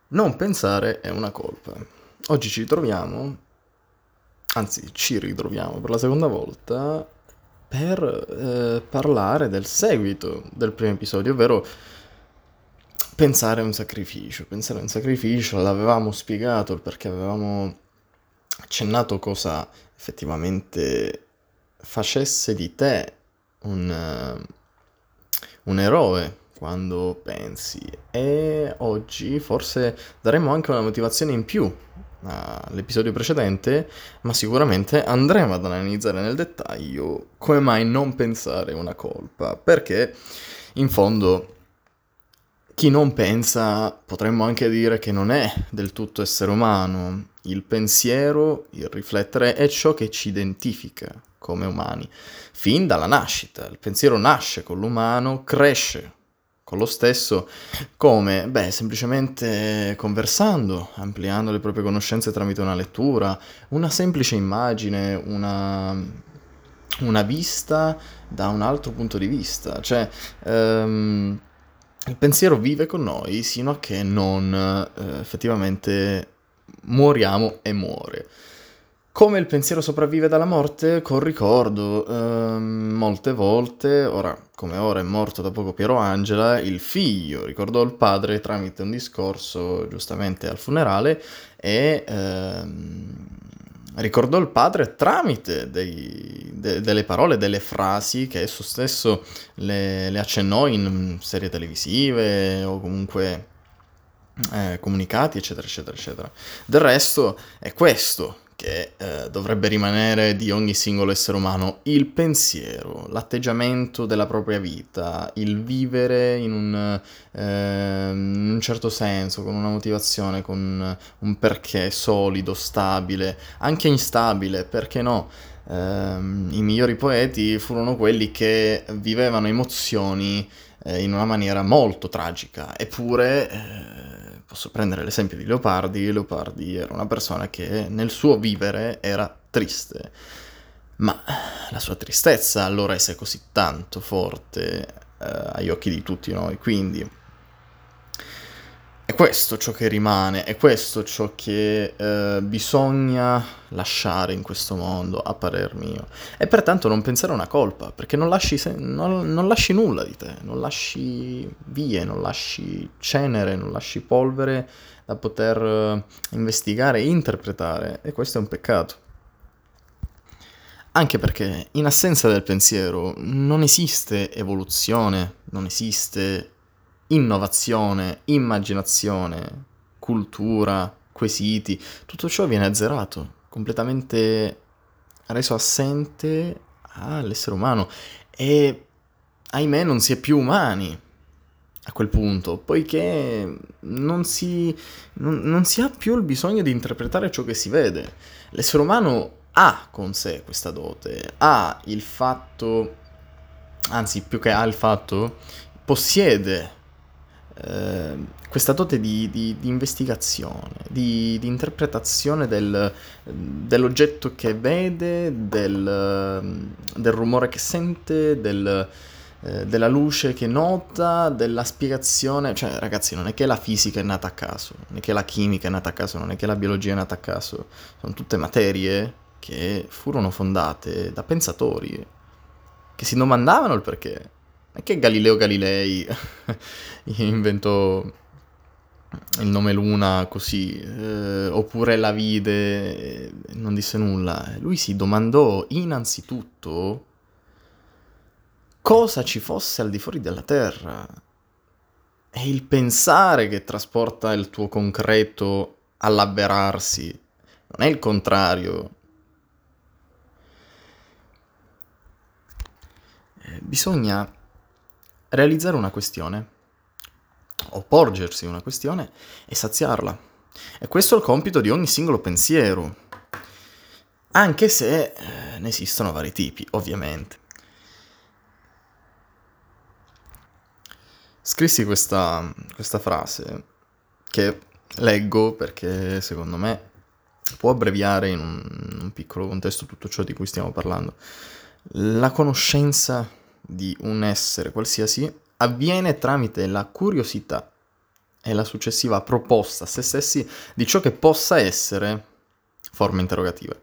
Non pensare è una colpa. Oggi ci ritroviamo, anzi ci ritroviamo per la seconda volta per parlare del seguito del primo episodio, ovvero pensare a un sacrificio. Pensare a un sacrificio, l'avevamo spiegato il perché avevamo accennato cosa effettivamente facesse di te un, un eroe quando pensi. E oggi forse daremo anche una motivazione in più all'episodio precedente, ma sicuramente andremo ad analizzare nel dettaglio come mai non pensare una colpa, perché in fondo chi non pensa potremmo anche dire che non è del tutto essere umano. Il pensiero, il riflettere è ciò che ci identifica come umani. Fin dalla nascita, il pensiero nasce con l'umano, cresce con lo stesso, come? Beh, semplicemente conversando, ampliando le proprie conoscenze tramite una lettura, una semplice immagine, una vista da un altro punto di vista. Cioè, il pensiero vive con noi sino a che non effettivamente muoriamo e muore. Come il pensiero sopravvive dalla morte? Col ricordo. Molte volte, ora come ora è morto da poco Piero Angela, il figlio ricordò il padre tramite un discorso giustamente al funerale e ricordò il padre tramite delle parole, delle frasi che esso stesso le accennò in serie televisive o comunque comunicati, eccetera, eccetera, eccetera. Del resto è questo che dovrebbe rimanere di ogni singolo essere umano, il pensiero, l'atteggiamento della propria vita, il vivere in un certo senso, con una motivazione, con un perché solido, stabile, anche instabile, perché no? I migliori poeti furono quelli che vivevano emozioni in una maniera molto tragica, eppure posso prendere l'esempio di Leopardi. Leopardi era una persona che nel suo vivere era triste, ma la sua tristezza lo rese così tanto forte agli occhi di tutti noi, quindi è questo ciò che rimane, è questo ciò che bisogna lasciare in questo mondo, a parer mio. E pertanto non pensare a una colpa, perché non lasci nulla di te, non lasci vie, non lasci cenere, non lasci polvere da poter investigare e interpretare, e questo è un peccato. Anche perché in assenza del pensiero non esiste evoluzione, non esiste innovazione, immaginazione, cultura, quesiti, tutto ciò viene azzerato, completamente reso assente all'essere umano e ahimè non si è più umani a quel punto, poiché non si ha più il bisogno di interpretare ciò che si vede. L'essere umano ha con sé questa dote, ha il fatto, anzi più che ha il fatto, possiede questa dote di investigazione, di interpretazione dell'oggetto che vede, del rumore che sente, della luce che nota, della spiegazione. Cioè, ragazzi, non è che la fisica è nata a caso, non è che la chimica è nata a caso, non è che la biologia è nata a caso. Sono tutte materie che furono fondate da pensatori che si domandavano il perché. Non è che Galileo Galilei inventò il nome Luna così, oppure la vide e non disse nulla. Lui si domandò innanzitutto cosa ci fosse al di fuori della Terra. È il pensare che trasporta il tuo concreto all'avverarsi, non è il contrario. Bisogna realizzare una questione, o porgersi una questione e saziarla. E questo è il compito di ogni singolo pensiero, anche se ne esistono vari tipi, ovviamente. Scrissi questa frase che leggo perché secondo me può abbreviare in un piccolo contesto tutto ciò di cui stiamo parlando. La conoscenza di un essere qualsiasi avviene tramite la curiosità è la successiva proposta a se stessi di ciò che possa essere forme interrogative.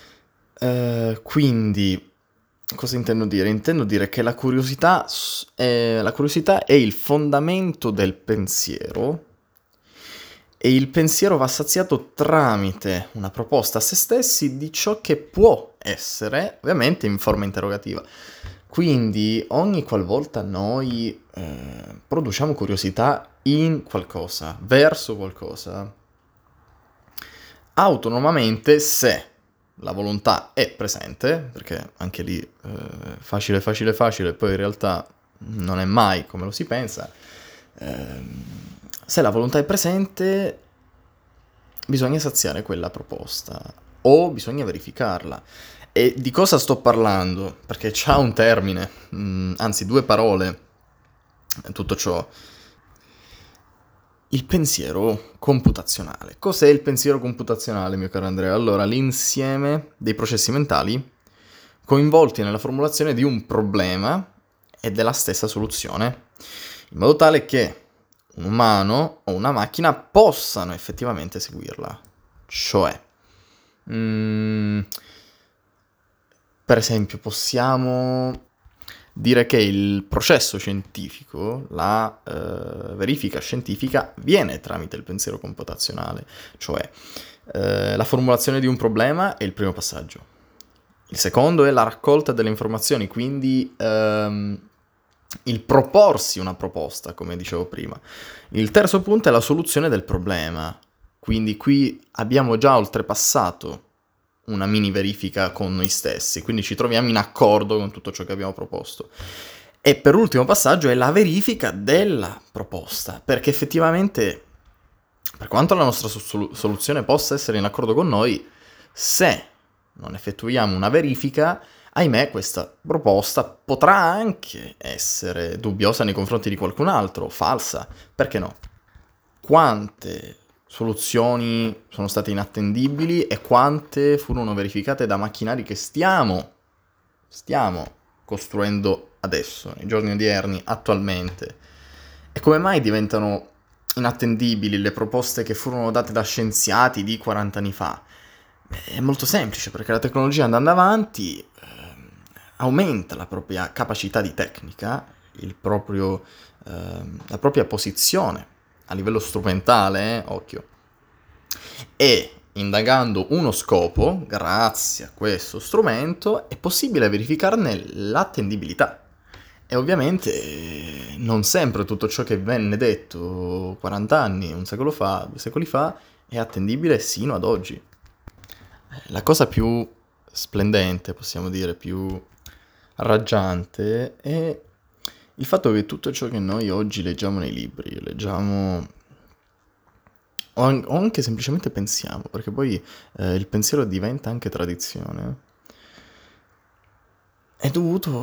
Quindi, cosa intendo dire? Intendo dire che la curiosità è il fondamento del pensiero, e il pensiero va saziato tramite una proposta a se stessi di ciò che può essere, ovviamente in forma interrogativa. Quindi ogni qualvolta noi produciamo curiosità in qualcosa, verso qualcosa, autonomamente, se la volontà è presente, perché anche lì facile, poi in realtà non è mai come lo si pensa, se la volontà è presente bisogna saziare quella proposta o bisogna verificarla. E di cosa sto parlando? Perché c'ha un termine, anzi 2 parole, tutto ciò. Il pensiero computazionale. Cos'è il pensiero computazionale, mio caro Andrea? Allora, l'insieme dei processi mentali coinvolti nella formulazione di un problema e della stessa soluzione, in modo tale che un umano o una macchina possano effettivamente seguirla. Cioè, per esempio, possiamo dire che il processo scientifico, la verifica scientifica, avviene tramite il pensiero computazionale, cioè la formulazione di un problema è il primo passaggio. Il secondo è la raccolta delle informazioni, quindi il proporsi una proposta, come dicevo prima. Il terzo punto è la soluzione del problema, quindi qui abbiamo già oltrepassato una mini verifica con noi stessi, quindi ci troviamo in accordo con tutto ciò che abbiamo proposto. E per ultimo passaggio è la verifica della proposta, perché effettivamente, per quanto la nostra soluzione possa essere in accordo con noi, se non effettuiamo una verifica, ahimè, questa proposta potrà anche essere dubbiosa nei confronti di qualcun altro, falsa, perché no? Quante soluzioni sono state inattendibili e quante furono verificate da macchinari che stiamo costruendo adesso, nei giorni odierni, attualmente. E come mai diventano inattendibili le proposte che furono date da scienziati di 40 anni fa? È molto semplice, perché la tecnologia andando avanti aumenta la propria capacità di tecnica, la propria posizione a livello strumentale, occhio, e indagando uno scopo, grazie a questo strumento, è possibile verificarne l'attendibilità. E ovviamente non sempre tutto ciò che venne detto 40 anni, un secolo fa, 2 secoli fa, è attendibile sino ad oggi. La cosa più splendente, possiamo dire, più raggiante, è il fatto che tutto ciò che noi oggi leggiamo nei libri, leggiamo o anche semplicemente pensiamo, perché poi il pensiero diventa anche tradizione, è dovuto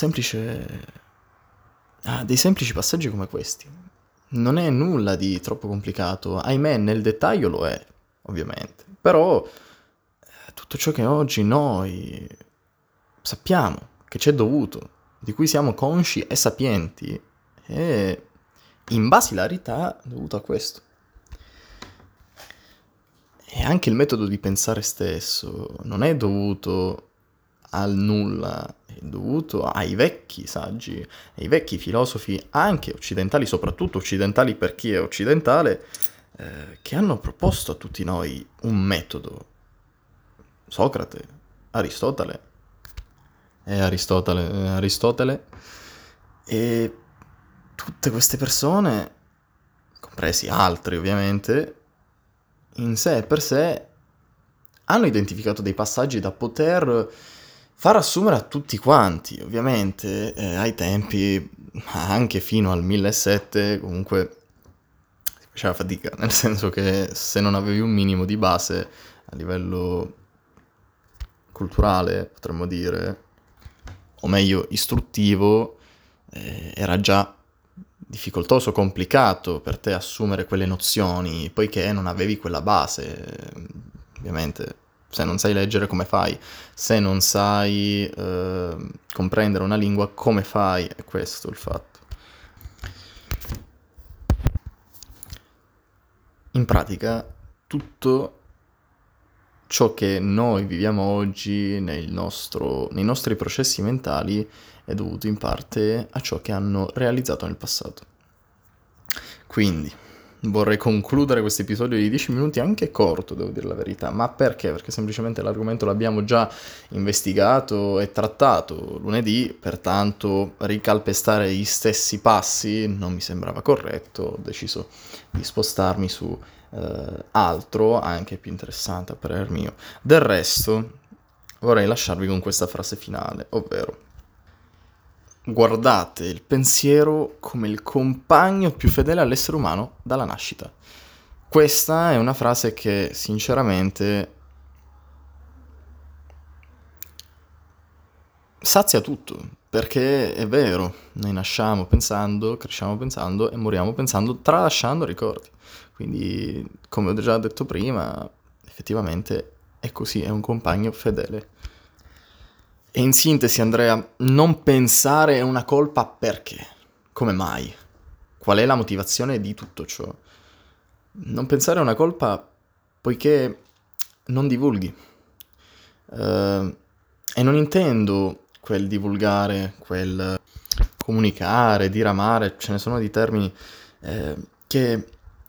a dei semplici passaggi come questi. Non è nulla di troppo complicato, ahimè nel dettaglio lo è, ovviamente, però tutto ciò che oggi noi sappiamo che c'è dovuto, di cui siamo consci e sapienti, è in basilarità dovuto a questo. E anche il metodo di pensare stesso non è dovuto al nulla, è dovuto ai vecchi saggi, ai vecchi filosofi, anche occidentali, soprattutto occidentali per chi è occidentale, che hanno proposto a tutti noi un metodo. Socrate, Aristotele, Aristotele, e tutte queste persone, compresi altri ovviamente, in sé e per sé hanno identificato dei passaggi da poter far assumere a tutti quanti. Ovviamente ai tempi, anche fino al 1700, comunque si faceva fatica, nel senso che se non avevi un minimo di base a livello culturale, potremmo dire, o meglio istruttivo, era già difficoltoso, complicato per te assumere quelle nozioni, poiché non avevi quella base. Ovviamente, se non sai leggere, come fai? Se non sai comprendere una lingua, come fai? È questo il fatto. In pratica, tutto ciò che noi viviamo oggi nei nostri processi mentali è dovuto in parte a ciò che hanno realizzato nel passato. Quindi, vorrei concludere questo episodio di 10 minuti, anche corto, devo dire la verità. Ma perché? Perché semplicemente l'argomento l'abbiamo già investigato e trattato lunedì, pertanto ricalpestare gli stessi passi non mi sembrava corretto, ho deciso di spostarmi su altro, anche più interessante a parer mio. Del resto, vorrei lasciarvi con questa frase finale, ovvero: guardate il pensiero come il compagno più fedele all'essere umano dalla nascita. Questa è una frase che sinceramente sazia tutto, perché è vero, noi nasciamo pensando, cresciamo pensando e moriamo pensando, tralasciando ricordi. Quindi, come ho già detto prima, effettivamente è così, è un compagno fedele. E in sintesi, Andrea, non pensare è una colpa perché? Come mai? Qual è la motivazione di tutto ciò? Non pensare è una colpa poiché non divulghi. E non intendo quel divulgare, quel comunicare, diramare, ce ne sono di termini che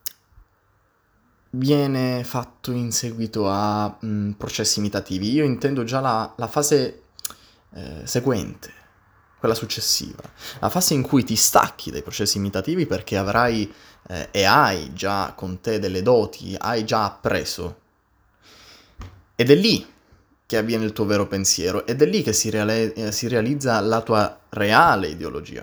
viene fatto in seguito a processi imitativi. Io intendo già la fase seguente, quella successiva, la fase in cui ti stacchi dai processi imitativi perché avrai e hai già con te delle doti, hai già appreso. Ed è lì che avviene il tuo vero pensiero, ed è lì che si realizza la tua reale ideologia.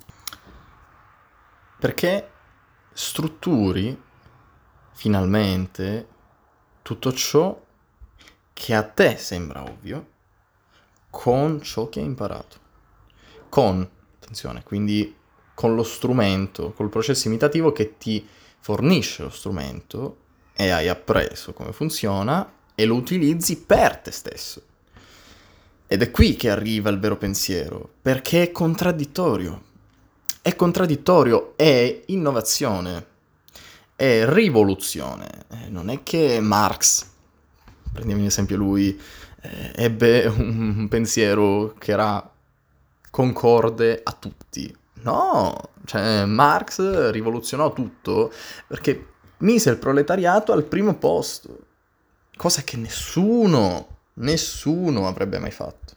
Perché strutturi finalmente tutto ciò che a te sembra ovvio con ciò che hai imparato. Attenzione, quindi con lo strumento, col processo imitativo che ti fornisce lo strumento e hai appreso come funziona e lo utilizzi per te stesso. Ed è qui che arriva il vero pensiero, perché è contraddittorio. È contraddittorio, è innovazione, è rivoluzione. Non è che Marx, prendiamo in esempio lui, ebbe un pensiero che era concorde a tutti. No, cioè Marx rivoluzionò tutto perché mise il proletariato al primo posto, cosa che nessuno avrebbe mai fatto.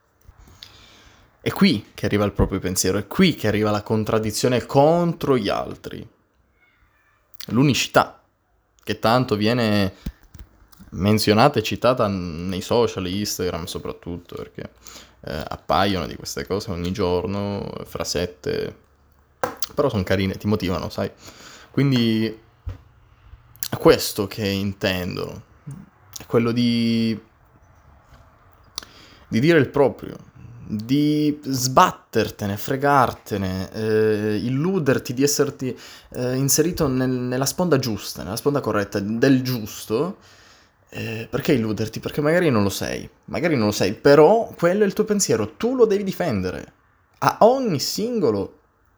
È qui che arriva il proprio pensiero, è qui che arriva la contraddizione contro gli altri. L'unicità, che tanto viene menzionata e citata nei social, Instagram soprattutto, perché appaiono di queste cose ogni giorno, frasette, però sono carine, ti motivano, sai? Quindi è questo che intendono, è quello di dire il proprio, di sbattertene, fregartene, illuderti di esserti inserito nella sponda giusta, nella sponda corretta, del giusto. Perché illuderti? Perché magari non lo sei, però quello è il tuo pensiero, tu lo devi difendere. A ogni singolo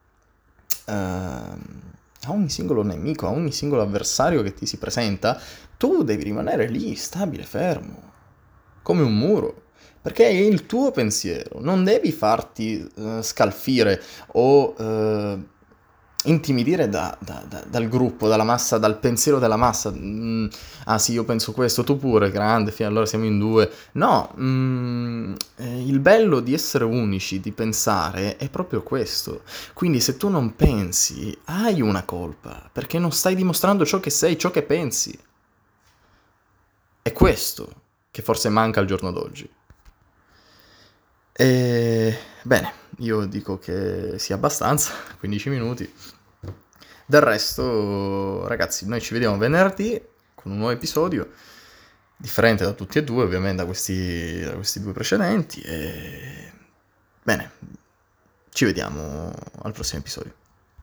nemico, a ogni singolo avversario che ti si presenta, tu devi rimanere lì, stabile, fermo, come un muro. Perché è il tuo pensiero, non devi farti scalfire o intimidire dal gruppo, dalla massa, dal pensiero della massa. Ah sì, io penso questo, tu pure, grande, allora siamo in due. No, il bello di essere unici, di pensare, è proprio questo. Quindi se tu non pensi, hai una colpa, perché non stai dimostrando ciò che sei, ciò che pensi. È questo che forse manca al giorno d'oggi. Bene, io dico che sia abbastanza, 15 minuti. Del resto, ragazzi, noi ci vediamo venerdì con un nuovo episodio, differente da tutti e due, ovviamente da questi due precedenti. E bene, ci vediamo al prossimo episodio.